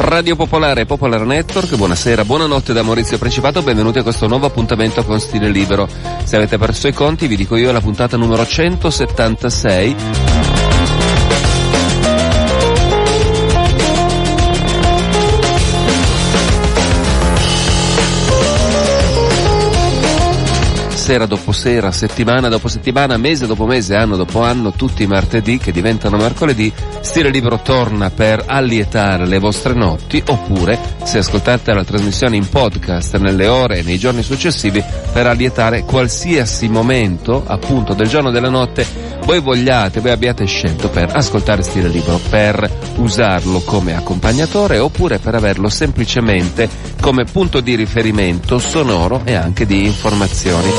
Radio Popolare e Popolare Network, buonasera, buonanotte da Maurizio Principato, benvenuti a questo nuovo appuntamento con Stile Libero. Se avete perso i conti, vi dico io, è la puntata numero 176. Sera dopo sera, settimana dopo settimana, mese dopo mese, anno dopo anno, tutti i martedì che diventano mercoledì, Stile Libero torna per allietare le vostre notti, oppure, se ascoltate la trasmissione in podcast nelle ore e nei giorni successivi, per allietare qualsiasi momento, appunto, del giorno e della notte voi abbiate scelto per ascoltare Stile Libero, per usarlo come accompagnatore oppure per averlo semplicemente come punto di riferimento sonoro e anche di informazioni.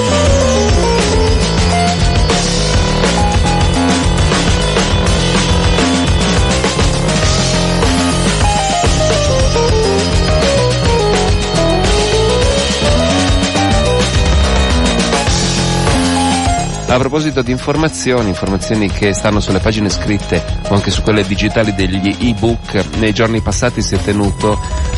A proposito di informazioni che stanno sulle pagine scritte o anche su quelle digitali degli ebook, nei giorni passati si è tenuto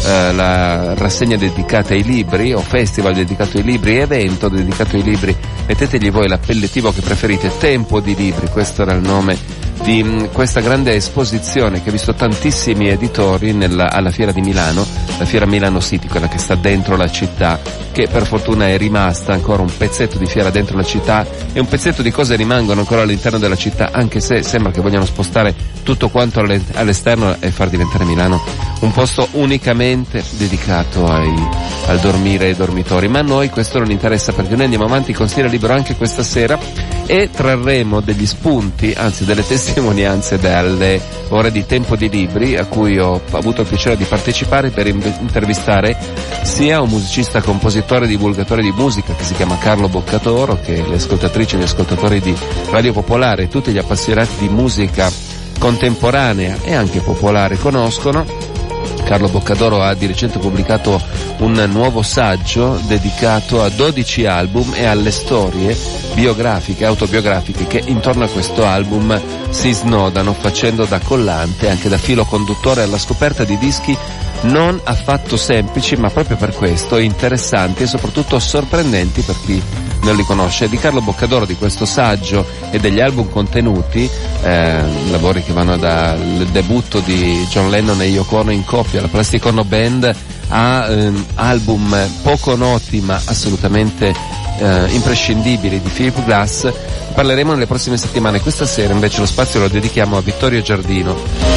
la rassegna dedicata ai libri, o festival dedicato ai libri, evento dedicato ai libri, mettetegli voi l'appellativo che preferite, Tempo di Libri, questo era il nome di questa grande esposizione che ha visto tantissimi editori alla Fiera di Milano, la Fiera Milano City, quella che sta dentro la città, che per fortuna è rimasta ancora un pezzetto di fiera dentro la città e un pezzetto di cose rimangono ancora all'interno della città, anche se sembra che vogliano spostare tutto quanto all'esterno e far diventare Milano un posto unicamente dedicato al dormire e ai dormitori. Ma a noi questo non interessa, perché noi andiamo avanti con Stile Libero anche questa sera e trarremo degli spunti, anzi delle testimonianze dalle ore di Tempo di Libri a cui ho avuto il piacere di partecipare per intervistare sia un musicista, compositore, divulgatore di musica che si chiama Carlo Boccatoro, che le ascoltatrici e gli ascoltatori di Radio Popolare e tutti gli appassionati di musica contemporanea e anche popolare conoscono. Carlo Boccatoro ha di recente pubblicato un nuovo saggio dedicato a 12 album e alle storie biografiche, autobiografiche che intorno a questo album si snodano, facendo da collante, anche da filo conduttore alla scoperta di dischi non affatto semplici, ma proprio per questo interessanti e soprattutto sorprendenti per chi non li conosce. Di Carlo Boccatoro, di questo saggio e degli album contenuti, lavori che vanno dal debutto di John Lennon e Yoko Ono in coppia, la Plastic Ono Band, a album poco noti ma assolutamente imprescindibili di Philip Glass, parleremo nelle prossime settimane. Questa sera invece lo spazio lo dedichiamo a Vittorio Giardino.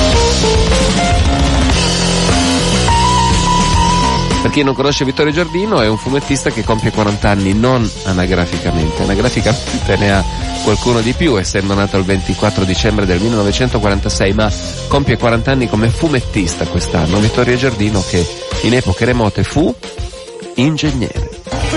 Per chi non conosce Vittorio Giardino, è un fumettista che compie 40 anni, non anagraficamente ne ha qualcuno di più, essendo nato il 24 dicembre del 1946, ma compie 40 anni come fumettista quest'anno. Vittorio Giardino, che in epoche remote fu ingegnere.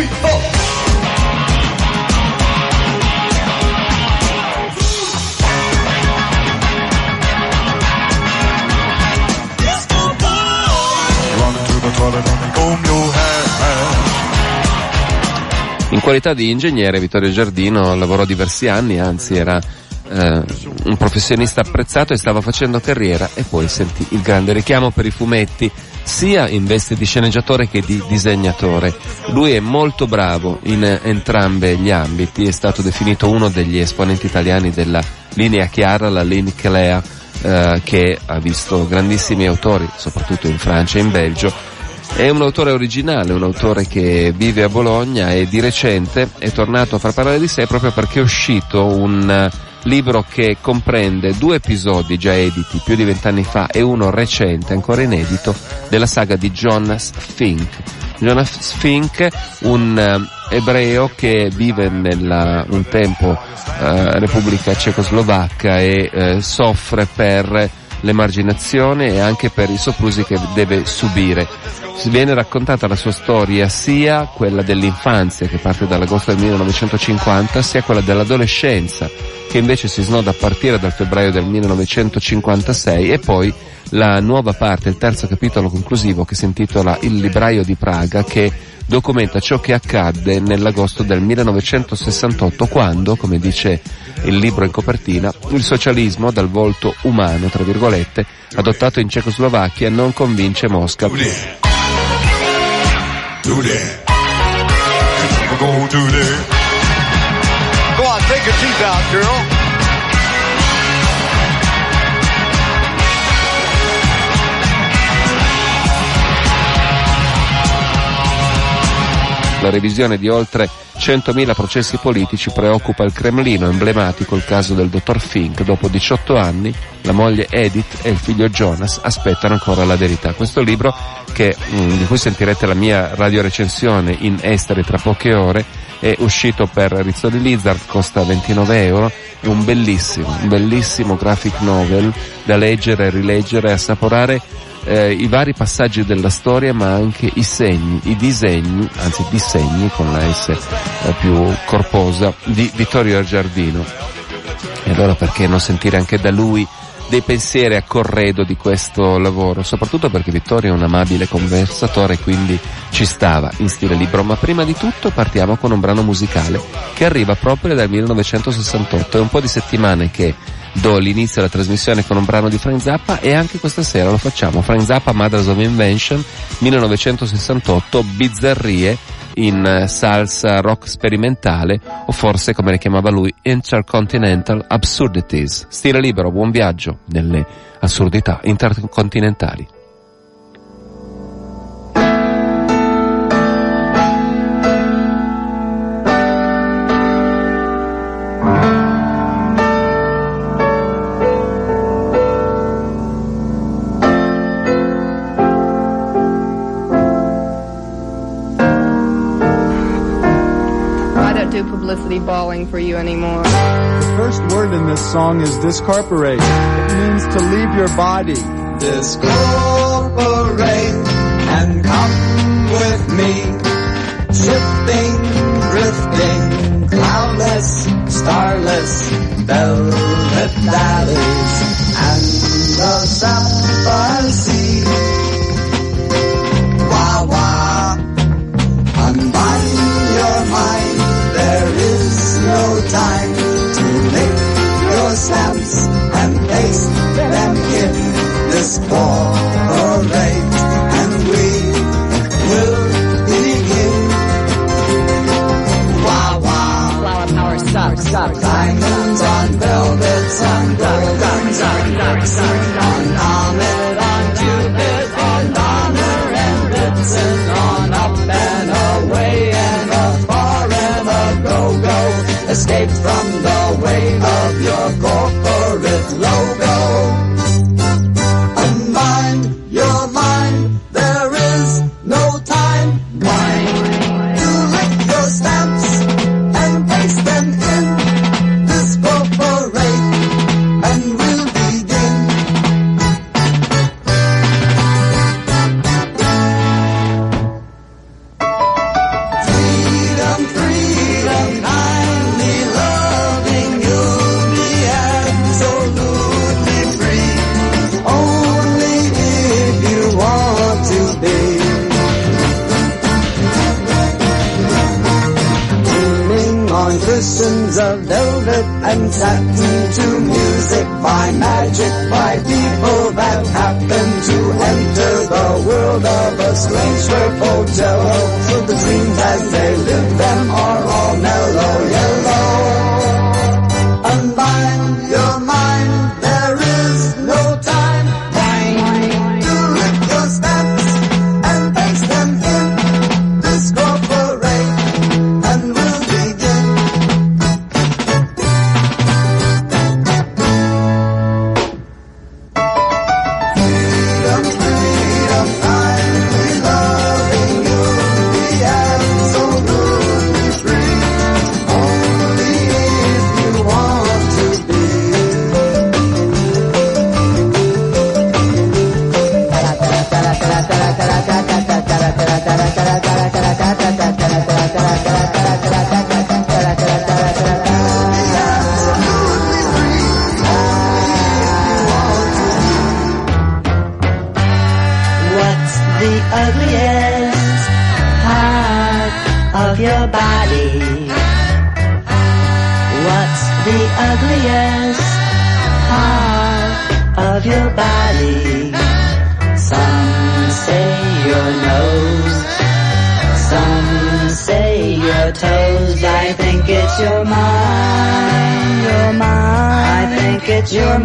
In qualità di ingegnere Vittorio Giardino lavorò diversi anni, anzi era un professionista apprezzato e stava facendo carriera, e poi sentì il grande richiamo per i fumetti, sia in veste di sceneggiatore che di disegnatore. Lui è molto bravo in entrambi gli ambiti, è stato definito uno degli esponenti italiani della linea chiara, la linea Clea, che ha visto grandissimi autori, soprattutto in Francia e in Belgio. È un autore originale, un autore che vive a Bologna e di recente è tornato a far parlare di sé proprio perché è uscito un libro che comprende 2 episodi già editi più di 20 anni fa e uno recente, ancora inedito, della saga di Jonas Fink. Jonas Fink, un ebreo che vive un tempo Repubblica Cecoslovacca e soffre per l'emarginazione e anche per i soprusi che deve subire. Viene raccontata la sua storia, sia quella dell'infanzia, che parte dall'agosto del 1950, sia quella dell'adolescenza, che invece si snoda a partire dal febbraio del 1956, e poi la nuova parte, il terzo capitolo conclusivo, che si intitola Il libraio di Praga, che documenta ciò che accadde nell'agosto del 1968 quando, come dice il libro in copertina, il socialismo dal volto umano, tra virgolette, adottato in Cecoslovacchia non convince Mosca. Do that. Go on, take your teeth out, girl. La revisione di oltre 100.000 processi politici preoccupa il Cremlino, emblematico il caso del dottor Fink. Dopo 18 anni la moglie Edith e il figlio Jonas aspettano ancora la verità. Questo libro, di cui sentirete la mia radiorecensione in esteri tra poche ore, è uscito per Rizzoli Lizard, costa €29, è un bellissimo graphic novel da leggere e rileggere, assaporare i vari passaggi della storia, ma anche i disegni con la S più corposa di Vittorio Giardino. E allora perché non sentire anche da lui dei pensieri a corredo di questo lavoro, soprattutto perché Vittorio è un amabile conversatore, quindi ci stava in stile libro. Ma prima di tutto partiamo con un brano musicale che arriva proprio dal 1968. È un po' di settimane che do l'inizio alla trasmissione con un brano di Frank Zappa e anche questa sera lo facciamo. Frank Zappa, Mothers of Invention, 1968, bizzarrie in salsa rock sperimentale, o forse, come le chiamava lui, Intercontinental Absurdities. Stile libero, buon viaggio nelle assurdità intercontinentali. Balling for you anymore. The first word in this song is discorporate. It means to leave your body. Discorporate and come with me. Shifting, drifting, cloudless, starless, velvet valleys and the sapphire sea. Wah wah, unbind your mind. There is no time to lick your stamps and paste them in. Discorporate and we will begin. Wah wah, Flower power sucks. diamonds on velvets, on goldens, on Ahmed, on Cupid, on Donner and Blitzen, on up and away and afar and a go-go. Escape from the way of your corporate logo. Unbind your mind, there is no time. Mind to lick your stamps and paste them in. Discorporate and we'll begin. Freedom, freedom, kindly loving, you'll be absolutely free. Only if you want to be. Leaning on cushions of velvet and satin to music by magic by people that happen to enter the world of a strange purple jello. So the dreams as they live them are all mellow yellow. Unbind your mind, there is no time. Mind to lick your stamps and paste them in. Discorporate and we'll begin. Freedom, freedom, kindly loving, you'll be absolutely free. Only if you want to be. What's the ugliest? How your body. What's the ugliest part of your body? Some say your nose, some say your toes. I think it's your mind, your mind. I think it's your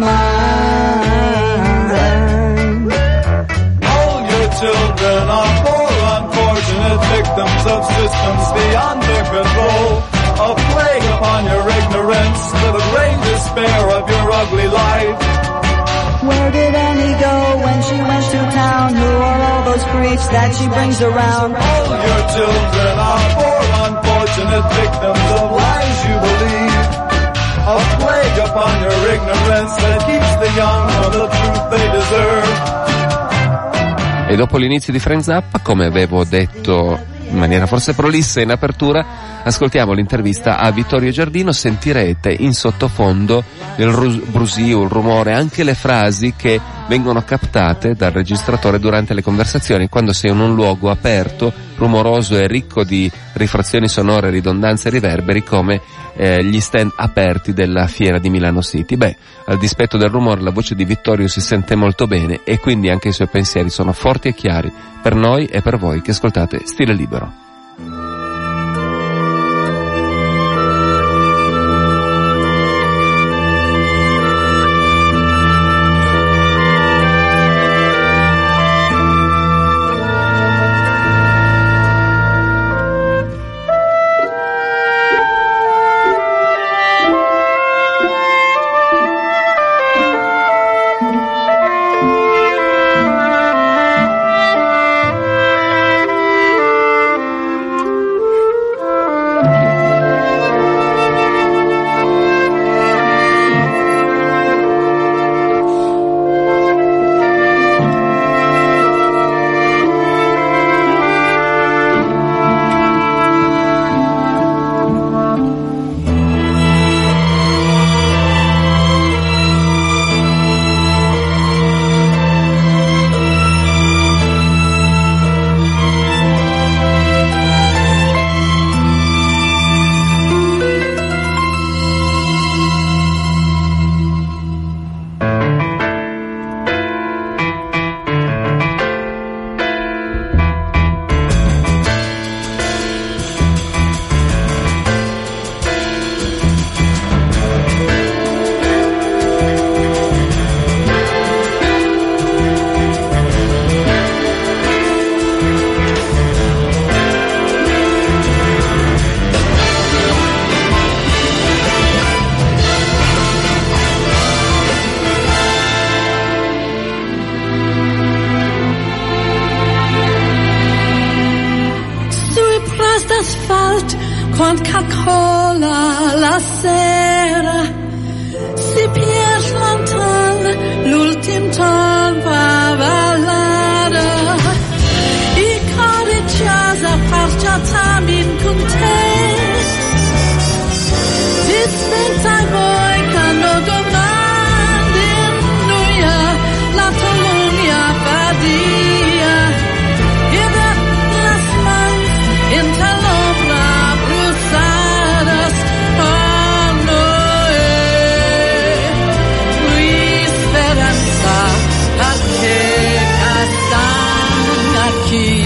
mind. All your children are poor, unfortunate victims of systems beyond their control. A plague upon your ignorance, to the great despair of your ugly life. Where did Annie go when she went to town? Who are all those creeps that she brings around? All your children are poor, unfortunate victims of lies you believe. A plague upon your ignorance that keeps the young from the truth they deserve. E dopo l'inizio di Friends Up, come avevo detto in maniera forse prolissa in apertura, ascoltiamo l'intervista a Vittorio Giardino. Sentirete in sottofondo il brusio, il rumore, anche le frasi che vengono captate dal registratore durante le conversazioni, quando sei in un luogo aperto, rumoroso e ricco di rifrazioni sonore, ridondanze e riverberi, come gli stand aperti della fiera di Milano City. Beh, al dispetto del rumore, la voce di Vittorio si sente molto bene e quindi anche i suoi pensieri sono forti e chiari per noi e per voi che ascoltate Stile Libero. quando cacola la sera si pierde lontano l'ultim ton va ballare i cori jazz parciatamente con te ti spentai voi quando domandi nuia la tolonia padia e da las mans in talobra brusadas oh no speranza perché castan aquí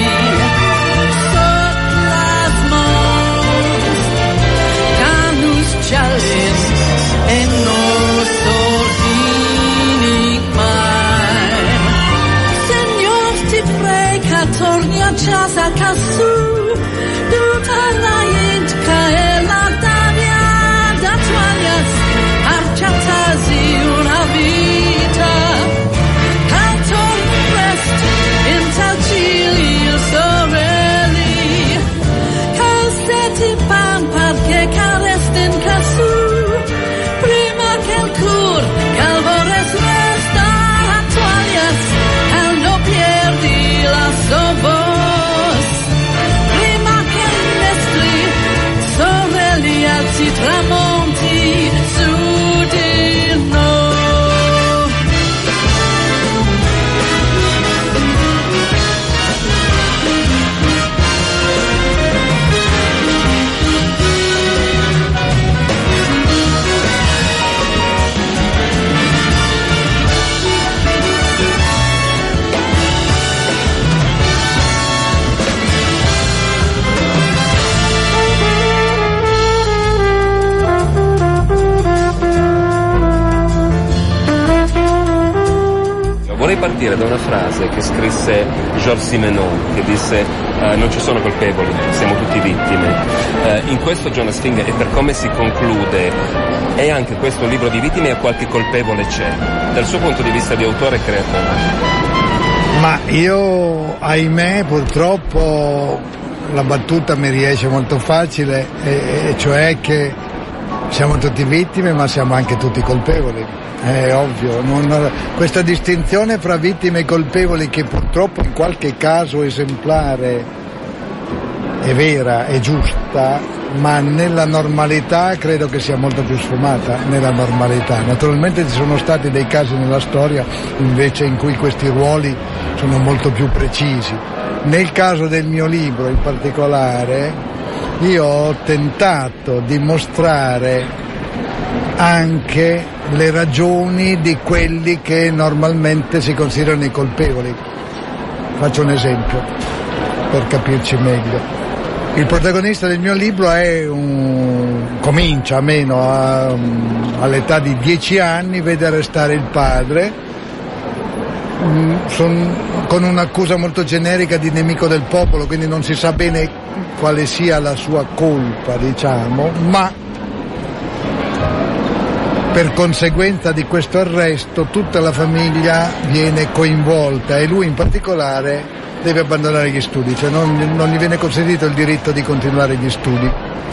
Jalin e non sordini mai. Signor ti prega torni a casa casu tutta la gente e la davia da toglias arciatasi una vita al torno presto in tal ciglio sorelli calzetti pampar che caresten casu prima che il cur calvores resta attualias al no pierdi la so voz Vorrei partire da una frase che scrisse Georges Simenon, che disse non ci sono colpevoli, siamo tutti vittime. In questo Jonas Fink, e per come si conclude, è anche questo un libro di vittime, e qualche colpevole c'è, dal suo punto di vista di autore e creatore? Ma io, ahimè, purtroppo la battuta mi riesce molto facile, e cioè che siamo tutti vittime ma siamo anche tutti colpevoli. È ovvio, questa distinzione fra vittime e colpevoli, che purtroppo in qualche caso esemplare è vera, è giusta, ma nella normalità credo che sia molto più sfumata nella normalità. Naturalmente ci sono stati dei casi nella storia invece in cui questi ruoli sono molto più precisi. Nel caso del mio libro in particolare io ho tentato di mostrare anche le ragioni di quelli che normalmente si considerano i colpevoli. Faccio un esempio per capirci meglio. Il protagonista del mio libro comincia almeno all'età di 10 anni, vede arrestare il padre con un'accusa molto generica di nemico del popolo, quindi non si sa bene quale sia la sua colpa, diciamo, ma per conseguenza di questo arresto tutta la famiglia viene coinvolta e lui in particolare deve abbandonare gli studi, cioè non gli viene consentito il diritto di continuare gli studi,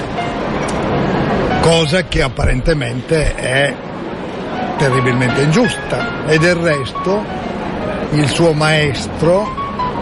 cosa che apparentemente è terribilmente ingiusta. E del resto il suo maestro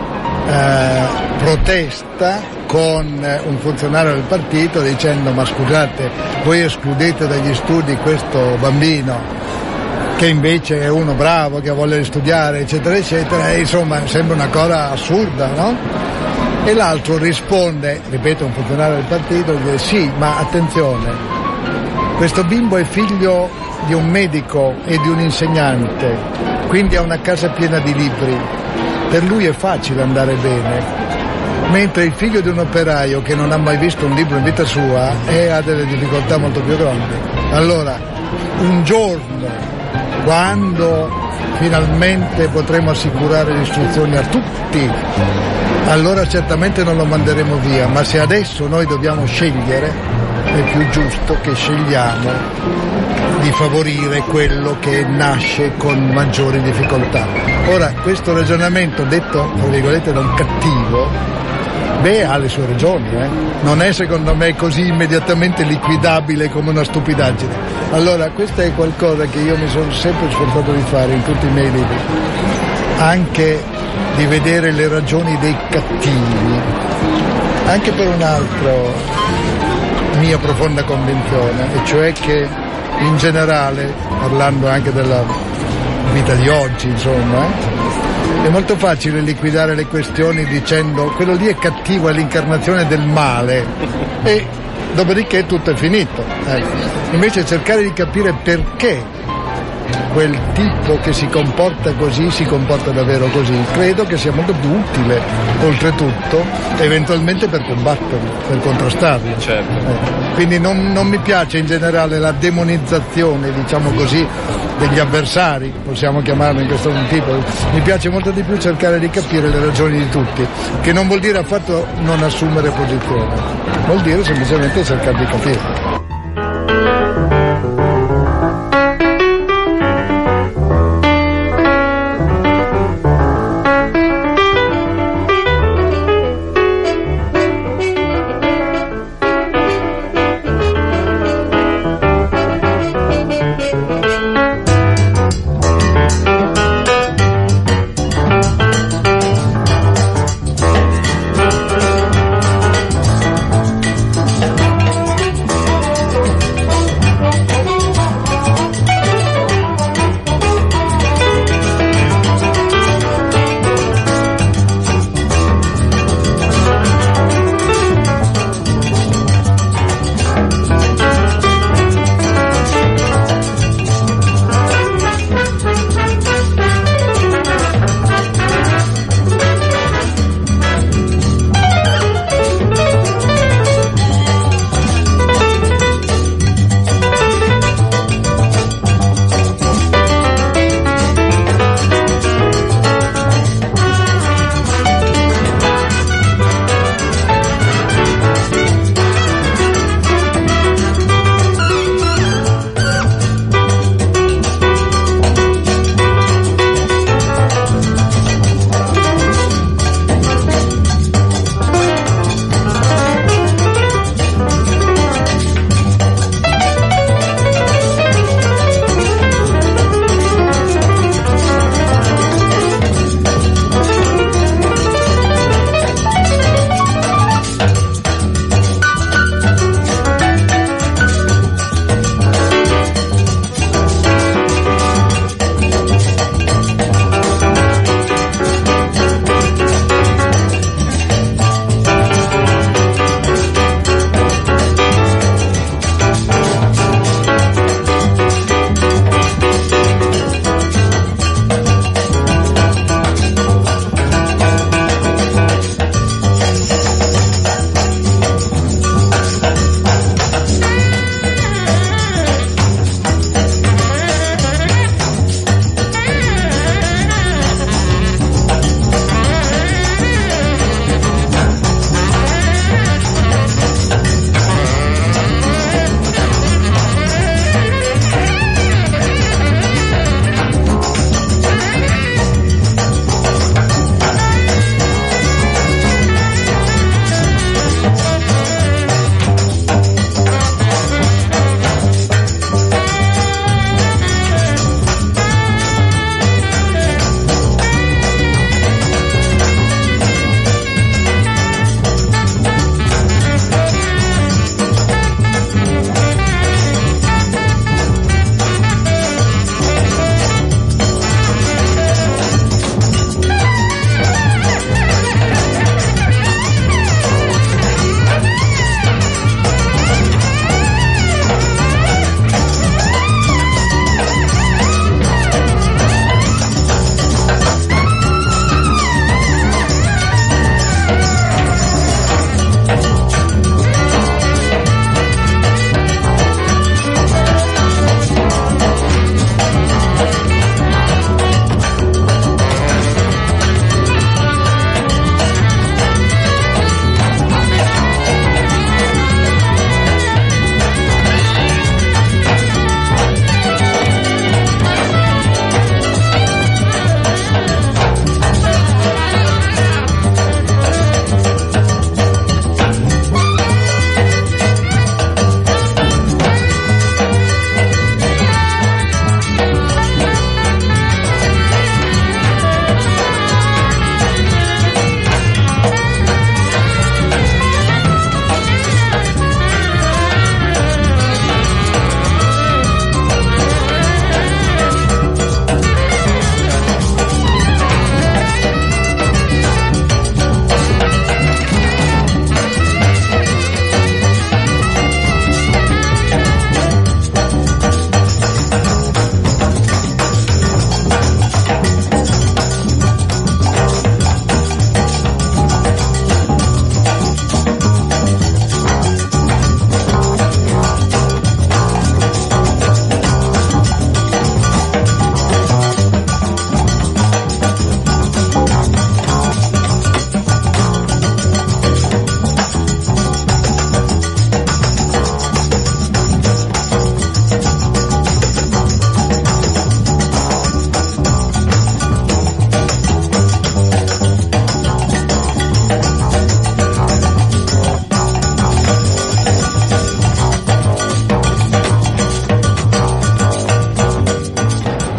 protesta con un funzionario del partito dicendo: ma scusate, voi escludete dagli studi questo bambino che invece è uno bravo, che vuole studiare, eccetera eccetera, e insomma sembra una cosa assurda, no? E l'altro risponde, ripeto, un funzionario del partito, dice: sì, ma attenzione, questo bimbo è figlio di un medico e di un insegnante, quindi ha una casa piena di libri, per lui è facile andare bene, mentre il figlio di un operaio che non ha mai visto un libro in vita sua ha delle difficoltà molto più grandi. Allora, un giorno, quando finalmente potremo assicurare le istruzioni a tutti, allora certamente non lo manderemo via, ma se adesso noi dobbiamo scegliere, è più giusto che scegliamo di favorire quello che nasce con maggiori difficoltà. Ora, questo ragionamento, detto tra virgolette da un cattivo, ha le sue ragioni, non è secondo me così immediatamente liquidabile come una stupidaggine. Allora, questo è qualcosa che io mi sono sempre sforzato di fare in tutti i miei libri, anche di vedere le ragioni dei cattivi, anche per un'altra mia profonda convinzione, e cioè che in generale, parlando anche della vita di oggi, insomma, è molto facile liquidare le questioni dicendo quello lì è cattivo, è l'incarnazione del male, e dopodiché tutto è finito. Invece cercare di capire perché quel tipo che si comporta così si comporta davvero così, credo che sia molto più utile, oltretutto, eventualmente per combatterlo, per contrastarlo. Certo. Quindi non mi piace in generale la demonizzazione, diciamo così, degli avversari, possiamo chiamarlo in questo tipo. Mi piace molto di più cercare di capire le ragioni di tutti, che non vuol dire affatto non assumere posizione, vuol dire semplicemente cercare di capire.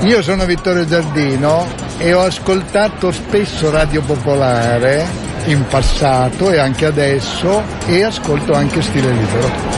Io sono Vittorio Giardino e ho ascoltato spesso Radio Popolare in passato e anche adesso, e ascolto anche Stile Libero.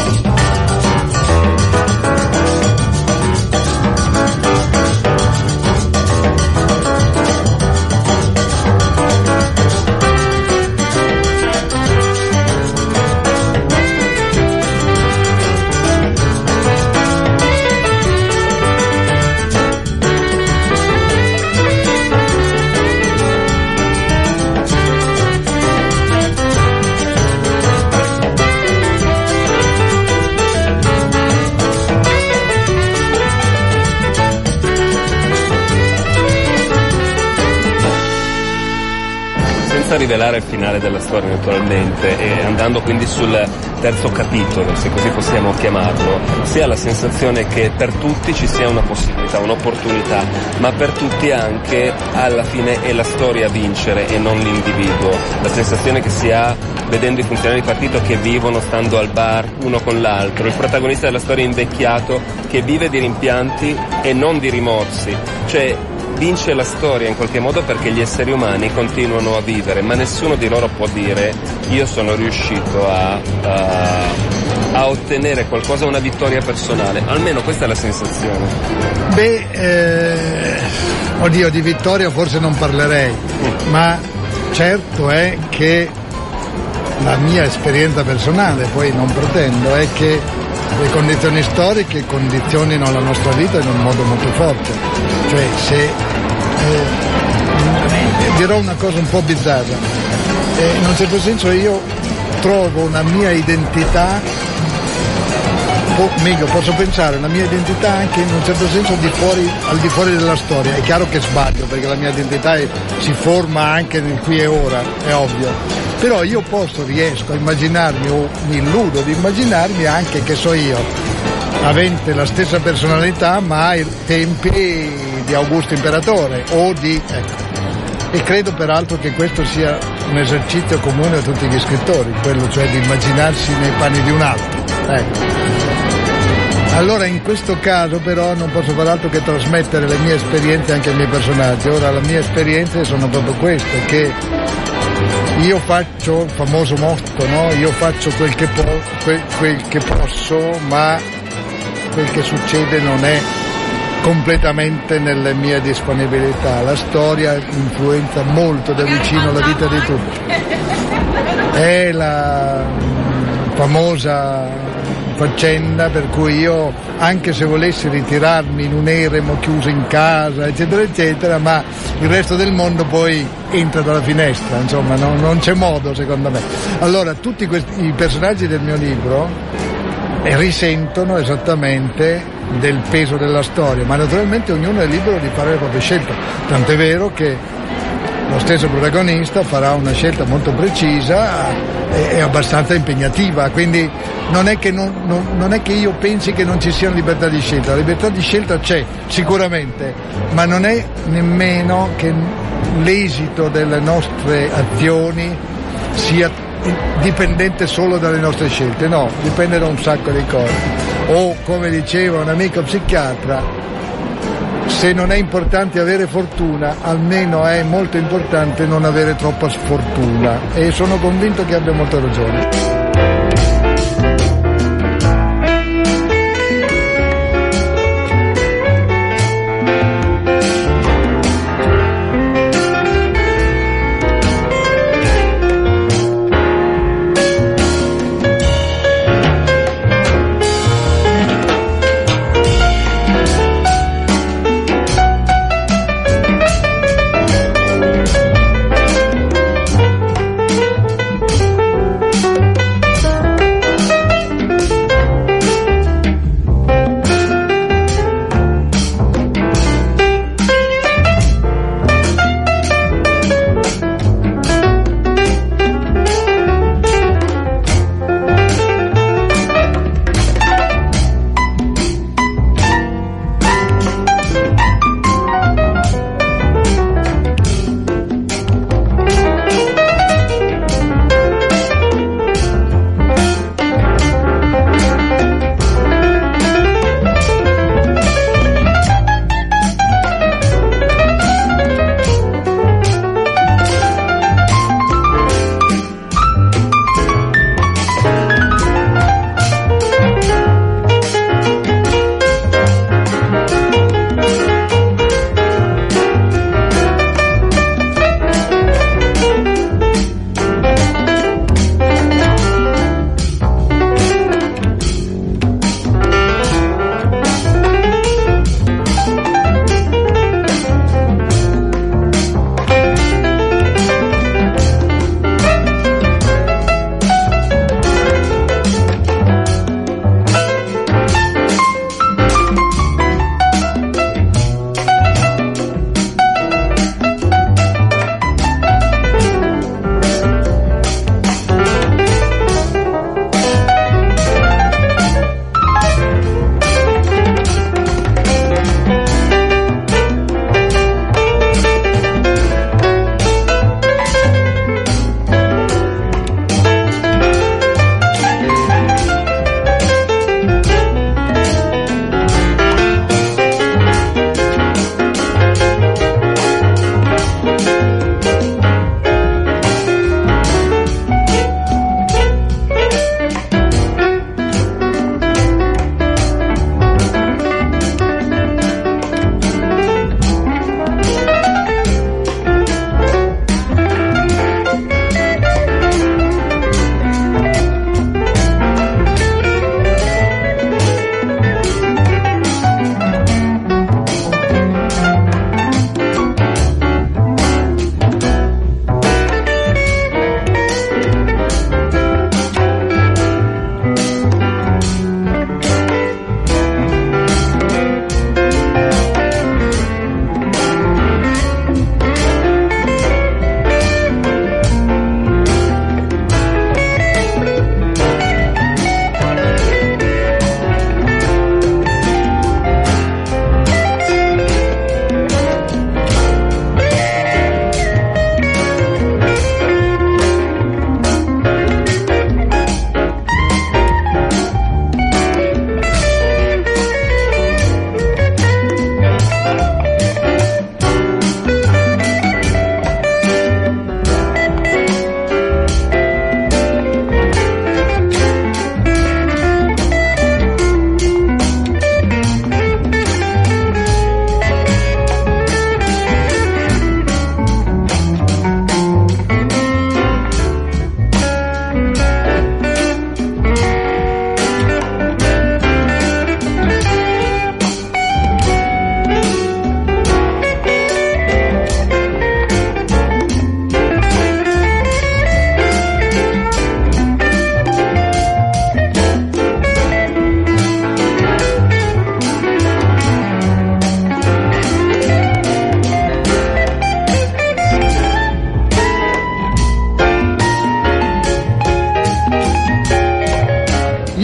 Rivelare il finale della storia naturalmente, e andando quindi sul terzo capitolo, se così possiamo chiamarlo, si ha la sensazione che per tutti ci sia una possibilità, un'opportunità, ma per tutti anche alla fine è la storia a vincere e non l'individuo. La sensazione che si ha vedendo i funzionari di partito che vivono stando al bar uno con l'altro, il protagonista della storia invecchiato che vive di rimpianti e non di rimorsi, cioè vince la storia in qualche modo perché gli esseri umani continuano a vivere, ma nessuno di loro può dire io sono riuscito a ottenere qualcosa, una vittoria personale. Almeno questa è la sensazione. Oddio, di vittoria forse non parlerei, ma certo è che la mia esperienza personale, poi non pretendo, è che le condizioni storiche condizionino la nostra vita in un modo molto forte. Cioè, se dirò una cosa un po' bizzarra, in un certo senso io trovo una mia identità, o meglio posso pensare una mia identità anche in un certo senso al di fuori della storia. È chiaro che sbaglio, perché la mia identità si forma anche nel qui e ora, è ovvio, però io riesco a immaginarmi, o mi illudo di immaginarmi anche, che so io, avente la stessa personalità ma ai tempi di Augusto Imperatore o di... ecco. E credo peraltro che questo sia un esercizio comune a tutti gli scrittori, quello cioè di immaginarsi nei panni di un altro. Ecco. Allora in questo caso però non posso far altro che trasmettere le mie esperienze anche ai miei personaggi. Ora le mie esperienze sono proprio queste, che io faccio il famoso motto, no? Io faccio quel che posso, ma quel che succede non è completamente nelle mie disponibilità. La storia influenza molto da vicino la vita di tutti. È la famosa faccenda per cui io, anche se volessi ritirarmi in un eremo chiuso in casa, eccetera eccetera, ma il resto del mondo poi entra dalla finestra, insomma, non c'è modo, secondo me. Allora tutti i personaggi del mio libro risentono esattamente del peso della storia, ma naturalmente ognuno è libero di fare le proprie scelte, tant'è vero che lo stesso protagonista farà una scelta molto precisa e abbastanza impegnativa, quindi non è che io pensi che non ci sia libertà di scelta. La libertà di scelta c'è sicuramente, ma non è nemmeno che l'esito delle nostre azioni sia dipendente solo dalle nostre scelte, no, dipende da un sacco di cose. O come diceva un amico psichiatra, se non è importante avere fortuna, almeno è molto importante non avere troppa sfortuna, e sono convinto che abbia molta ragione.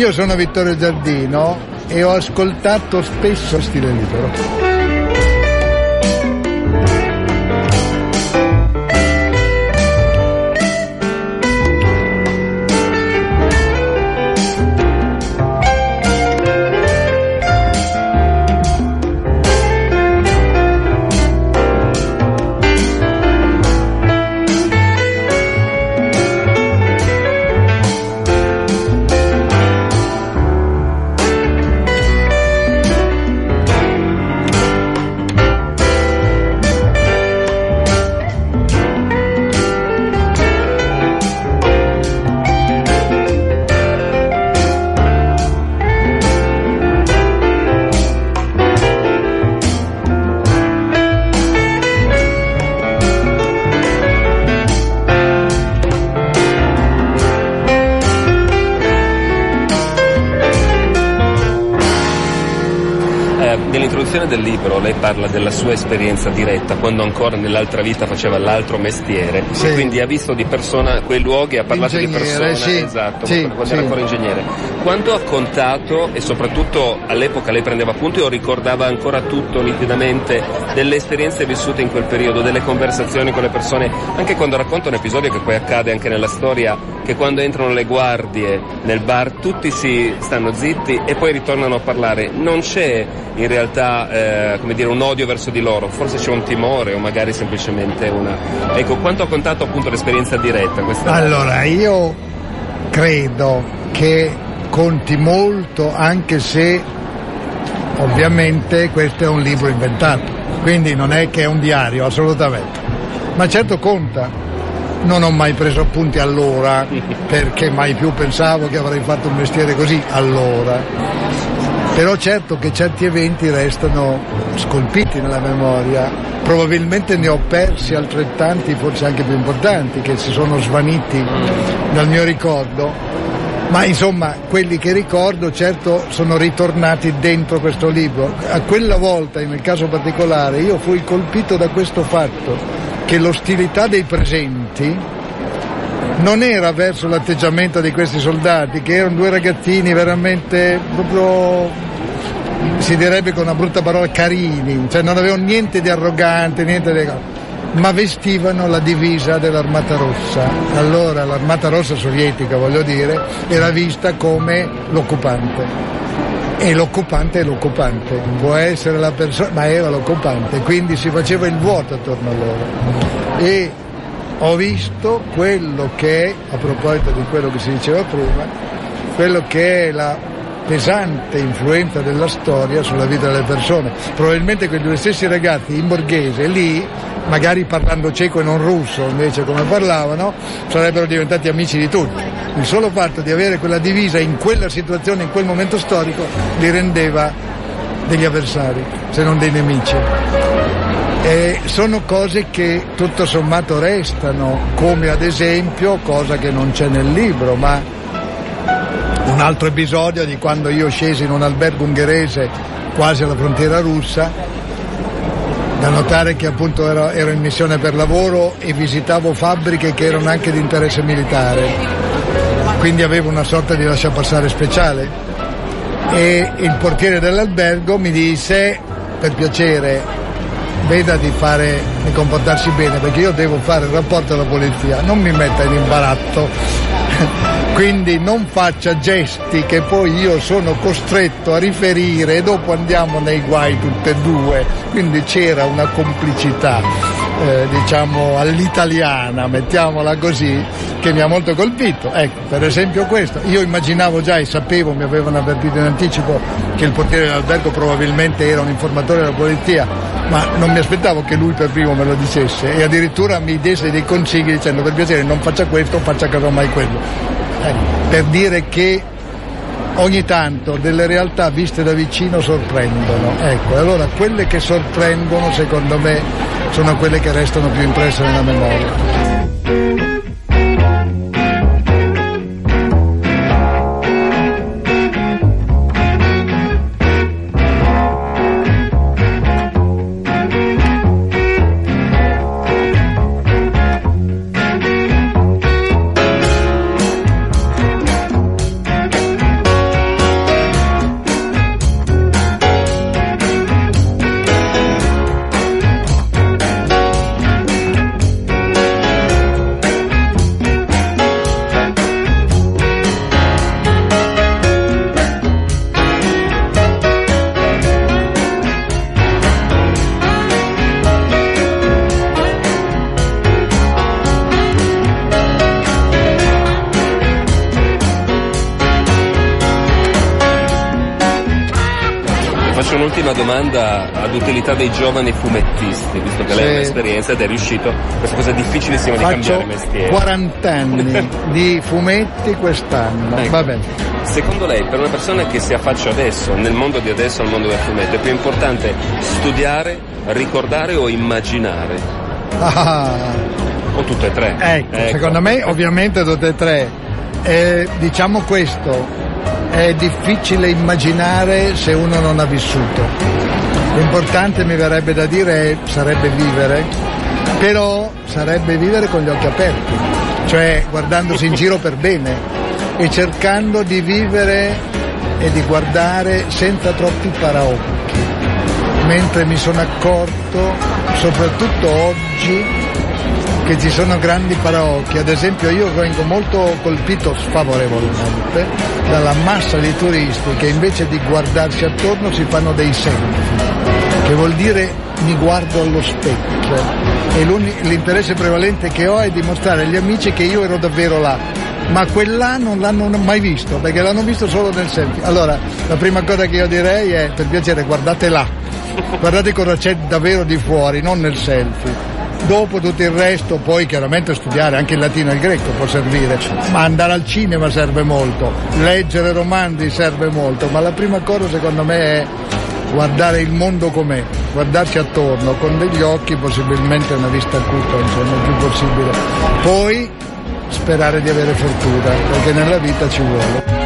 Io sono Vittorio Giardino e ho ascoltato spesso Stile Libero. Nell'introduzione del libro lei parla della sua esperienza diretta quando ancora nell'altra vita faceva l'altro mestiere, sì. E quindi ha visto di persona quei luoghi, ha parlato ingegnere, di persone, sì. esatto, Sì, quando sì. era ancora ingegnere. Quanto ha contato, e soprattutto all'epoca lei prendeva appunti o ricordava ancora tutto nitidamente delle esperienze vissute in quel periodo, delle conversazioni con le persone, anche quando racconta un episodio che poi accade anche nella storia, che quando entrano le guardie nel bar tutti si stanno zitti e poi ritornano a parlare, non c'è in realtà come dire un odio verso di loro, forse c'è un timore o magari semplicemente una... Ecco, quanto ha contato appunto l'esperienza diretta questa? Allora, io credo che conti molto, anche se ovviamente questo è un libro inventato, quindi non è che è un diario, assolutamente, ma certo conta. Non ho mai preso appunti allora, perché mai più pensavo che avrei fatto un mestiere così allora. Però certo che certi eventi restano scolpiti nella memoria, probabilmente ne ho persi altrettanti, forse anche più importanti, che si sono svaniti dal mio ricordo, ma insomma quelli che ricordo certo sono ritornati dentro questo libro. A quella volta, nel caso particolare, io fui colpito da questo fatto, che l'ostilità dei presenti non era verso l'atteggiamento di questi soldati, che erano due ragazzini veramente proprio, si direbbe con una brutta parola, carini, cioè non avevano niente di arrogante, niente di... ma vestivano la divisa dell'Armata Rossa. Allora l'Armata Rossa sovietica, voglio dire, era vista come l'occupante. E l'occupante è l'occupante, può essere la persona, ma era l'occupante, quindi si faceva il vuoto attorno a loro. E ho visto quello che è, a proposito di quello che si diceva prima, quello che è la pesante influenza della storia sulla vita delle persone. Probabilmente quei due stessi ragazzi in borghese lì, magari parlando ceco e non russo invece come parlavano, sarebbero diventati amici di tutti. Il solo fatto di avere quella divisa in quella situazione, in quel momento storico, li rendeva degli avversari, se non dei nemici. E sono cose che tutto sommato restano, come ad esempio, cosa che non c'è nel libro, ma un altro episodio di quando io scesi in un albergo ungherese quasi alla frontiera russa, da notare che appunto ero in missione per lavoro e visitavo fabbriche che erano anche di interesse militare, quindi avevo una sorta di lasciapassare speciale, e il portiere dell'albergo mi disse: per piacere veda di comportarsi bene, perché io devo fare il rapporto alla polizia, non mi metta in imbarazzo, quindi non faccia gesti che poi io sono costretto a riferire e dopo andiamo nei guai tutte e due. Quindi c'era una complicità, diciamo all'italiana, mettiamola così, che mi ha molto colpito. Ecco, per esempio questo. Io immaginavo già e sapevo, mi avevano avvertito in anticipo, che il portiere dell'albergo probabilmente era un informatore della polizia, ma non mi aspettavo che lui per primo me lo dicesse, e addirittura mi desse dei consigli dicendo: per piacere non faccia questo, faccia casomai quello. Per dire che ogni tanto delle realtà viste da vicino sorprendono. Ecco, allora quelle che sorprendono secondo me sono quelle che restano più impresse nella memoria. un'ultima domanda ad utilità dei giovani fumettisti, visto che lei ha un'esperienza ed è riuscito questa cosa difficilissima di cambiare mestiere. 40 anni di fumetti quest'anno, ecco. Va bene. Secondo lei, per una persona che si affaccia adesso, nel mondo di adesso, al mondo del fumetto, è più importante studiare, ricordare o immaginare? O tutte e tre? Ecco. Secondo me ovviamente tutte e tre. Diciamo questo, è difficile immaginare se uno non ha vissuto. L'importante, mi verrebbe da dire, sarebbe vivere, però sarebbe vivere con gli occhi aperti, cioè guardandosi in giro per bene e cercando di vivere e di guardare senza troppi paraocchi, mentre mi sono accorto, soprattutto oggi, che ci sono grandi paraocchi. Ad esempio io vengo molto colpito sfavorevolmente dalla massa di turisti che invece di guardarsi attorno si fanno dei selfie, che vuol dire mi guardo allo specchio e l'interesse prevalente che ho è dimostrare agli amici che io ero davvero là, ma quell'à non l'hanno mai visto perché l'hanno visto solo nel selfie. Allora la prima cosa che io direi è, per piacere, guardate là, guardate cosa c'è davvero di fuori, non nel selfie. Dopo tutto il resto, poi chiaramente studiare anche il latino e il greco può servire, ma andare al cinema serve molto, leggere romanzi serve molto, ma la prima cosa secondo me è guardare il mondo com'è, guardarci attorno con degli occhi, possibilmente una vista acuta, insomma, il più possibile. Poi sperare di avere fortuna, perché nella vita ci vuole.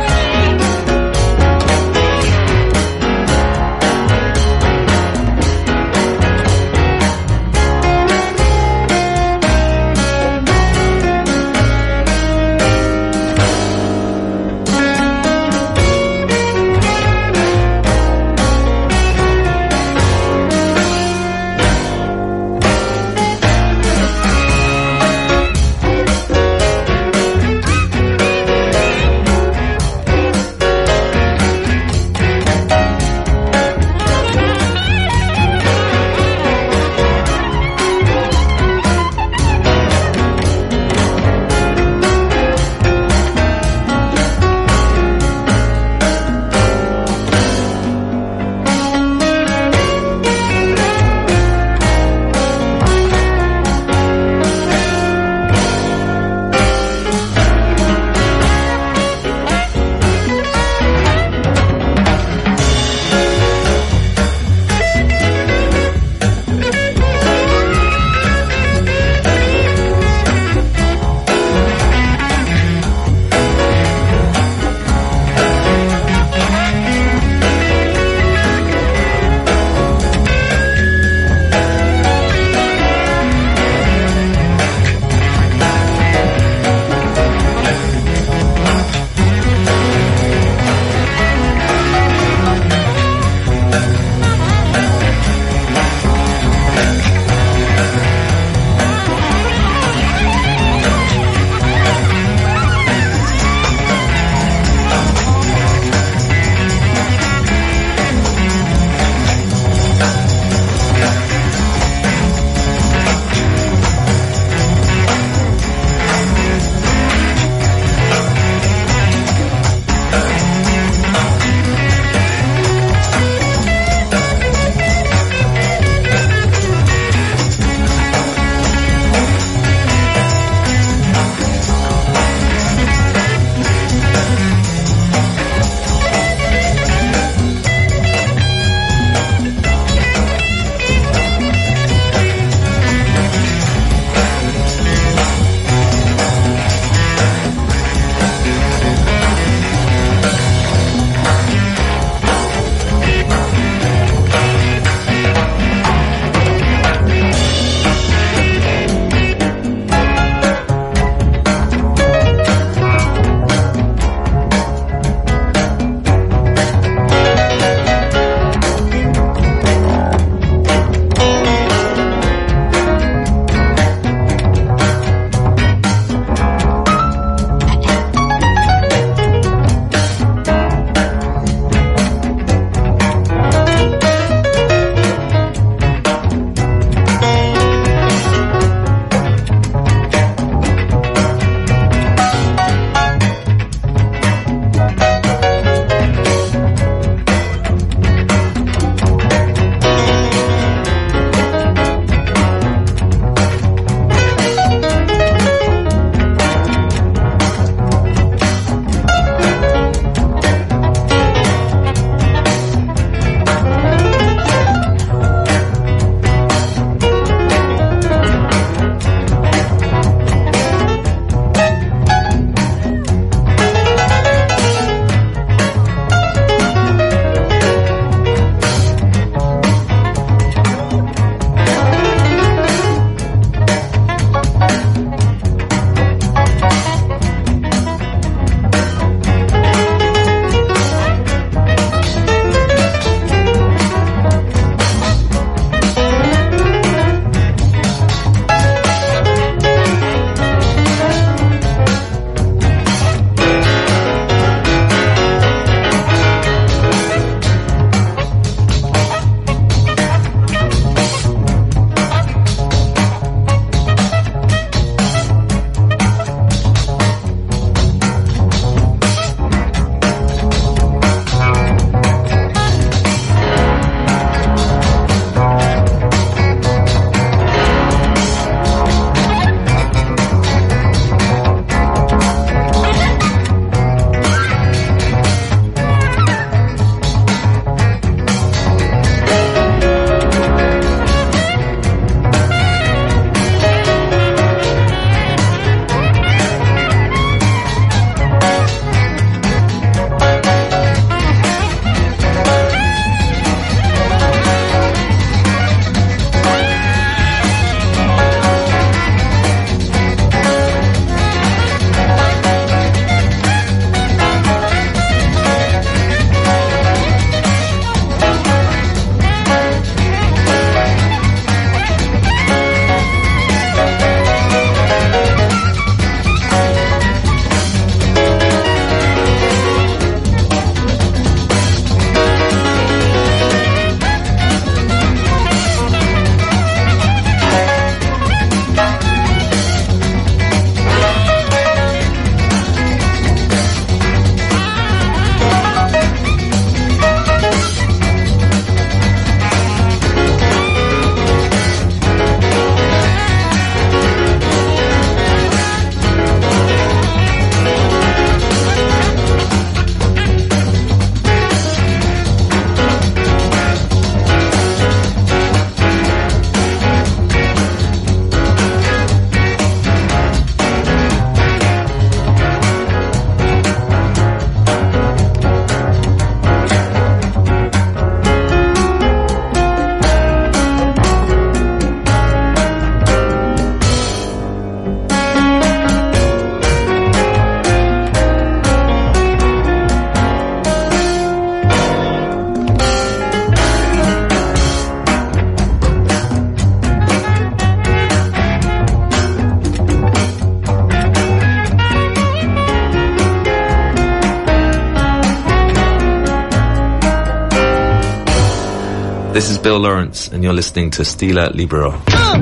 This is Bill Lawrence, and you're listening to Stila Libero.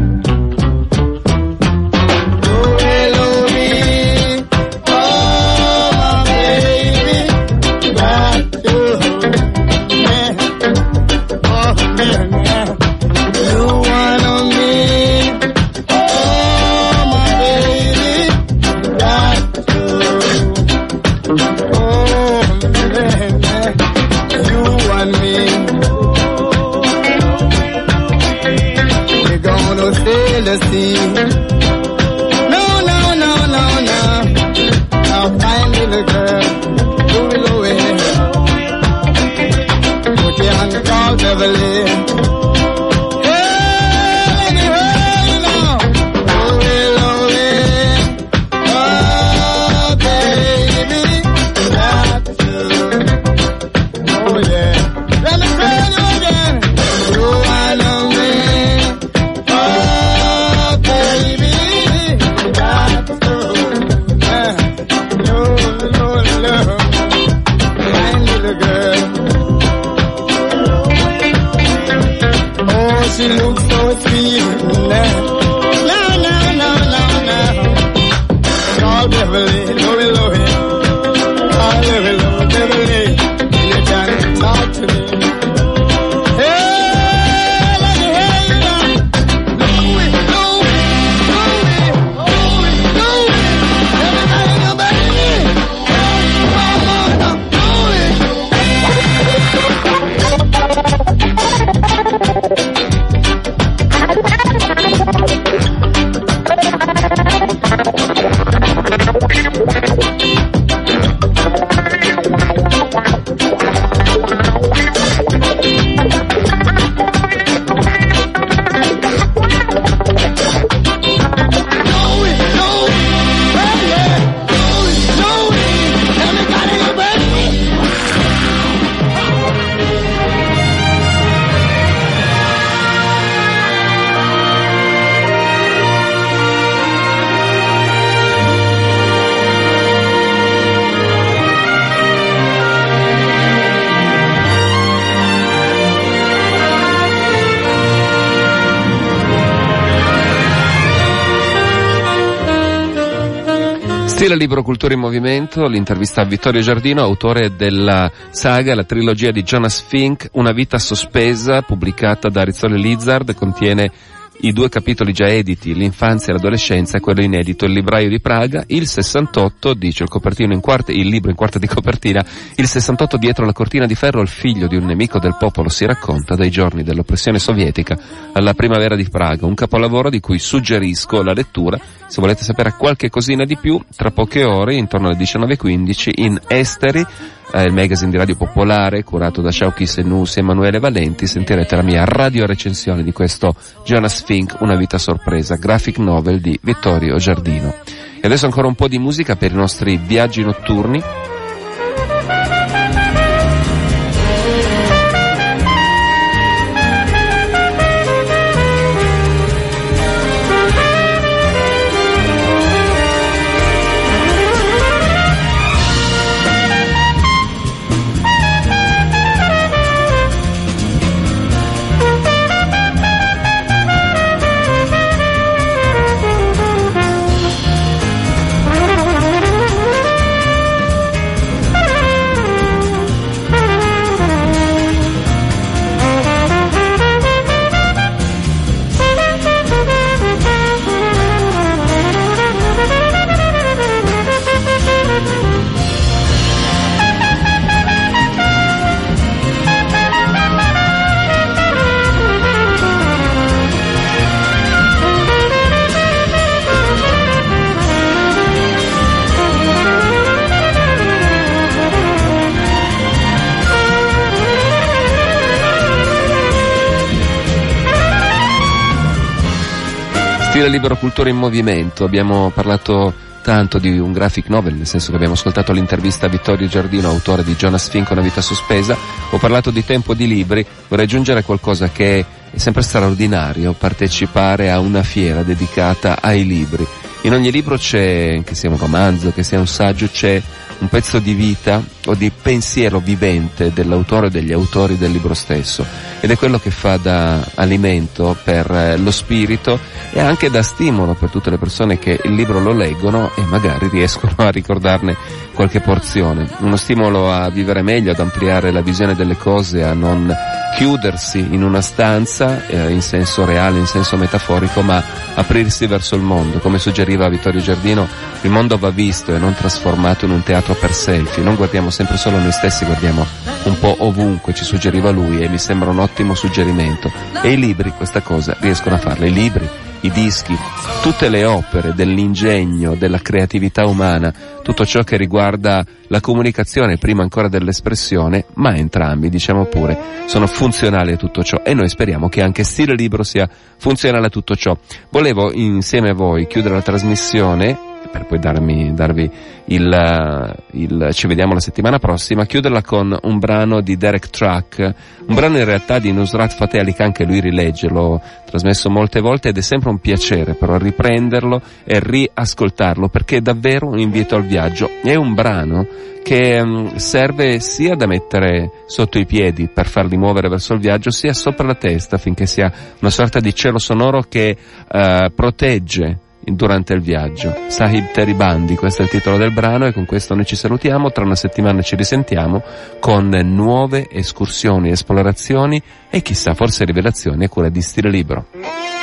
The sea. No, no, no, no, no. I'll find little girl who will away. Put your hand called Beverly. She looks so sweet. No, no, no, no, no. Call Beverly, Louie, Louie. Call Beverly, Beverly. You can talk to me. Hey, let me hear you now. Louie, Louie, Louie, Louie, Louie. Everybody know baby. Stila Libero Cultura in Movimento, l'intervista a Vittorio Giardino, autore della saga, la trilogia di Jonas Fink, Una vita sospesa, pubblicata da Rizzoli Lizard, contiene i 2 capitoli già editi, l'infanzia e l'adolescenza, e quello inedito, Il libraio di Praga, il 68, dice il libro in quarta di copertina, il 68 dietro la cortina di ferro, il figlio di un nemico del popolo si racconta dai giorni dell'oppressione sovietica alla primavera di Praga, un capolavoro di cui suggerisco la lettura, se volete sapere qualche cosina di più, tra poche ore, intorno alle 19:15, in Esteri, il magazine di Radio Popolare, curato da Sciauchi Senussi e Emanuele Valenti, sentirete la mia radio recensione di questo Jonas Fink, Una vita sorpresa, graphic novel di Vittorio Giardino. E adesso ancora un po' di musica per i nostri viaggi notturni. Stila Libero Cultura in Movimento, abbiamo parlato tanto di un graphic novel, nel senso che abbiamo ascoltato l'intervista a Vittorio Giardino, autore di Jonas Fink, Una vita sospesa, ho parlato di tempo di libri, vorrei aggiungere qualcosa che è sempre straordinario, partecipare a una fiera dedicata ai libri. In ogni libro c'è, che sia un romanzo, che sia un saggio, c'è un pezzo di vita o di pensiero vivente dell'autore o degli autori del libro stesso, ed è quello che fa da alimento per lo spirito e anche da stimolo per tutte le persone che il libro lo leggono e magari riescono a ricordarne qualche porzione, uno stimolo a vivere meglio, ad ampliare la visione delle cose, a non chiudersi in una stanza in senso reale, in senso metaforico, ma aprirsi verso il mondo. Come suggeriva Vittorio Giardino, il mondo va visto e non trasformato in un teatro per selfie, non guardiamo sempre solo noi stessi, guardiamo un po' ovunque, ci suggeriva lui, e mi sembra un ottimo suggerimento. E i libri questa cosa riescono a farla, i libri, i dischi, tutte le opere dell'ingegno, della creatività umana, tutto ciò che riguarda la comunicazione prima ancora dell'espressione, ma entrambi, diciamo pure, sono funzionali a tutto ciò, e noi speriamo che anche Stile Libero sia funzionale a tutto ciò. Volevo insieme a voi chiudere la trasmissione, per poi darvi ci vediamo la settimana prossima, chiuderla con un brano di Derek Truck, un brano in realtà di Nusrat Fateh Ali Khan che lui rilegge, l'ho trasmesso molte volte ed è sempre un piacere però riprenderlo e riascoltarlo, perché è davvero un invito al viaggio. È un brano che serve sia da mettere sotto i piedi per farli muovere verso il viaggio, sia sopra la testa affinché sia una sorta di cielo sonoro che protegge durante il viaggio. Sahib Teribandi, questo è il titolo del brano, e con questo noi ci salutiamo. Tra una settimana ci risentiamo con nuove escursioni, esplorazioni e chissà forse rivelazioni a cura di Stile Libero.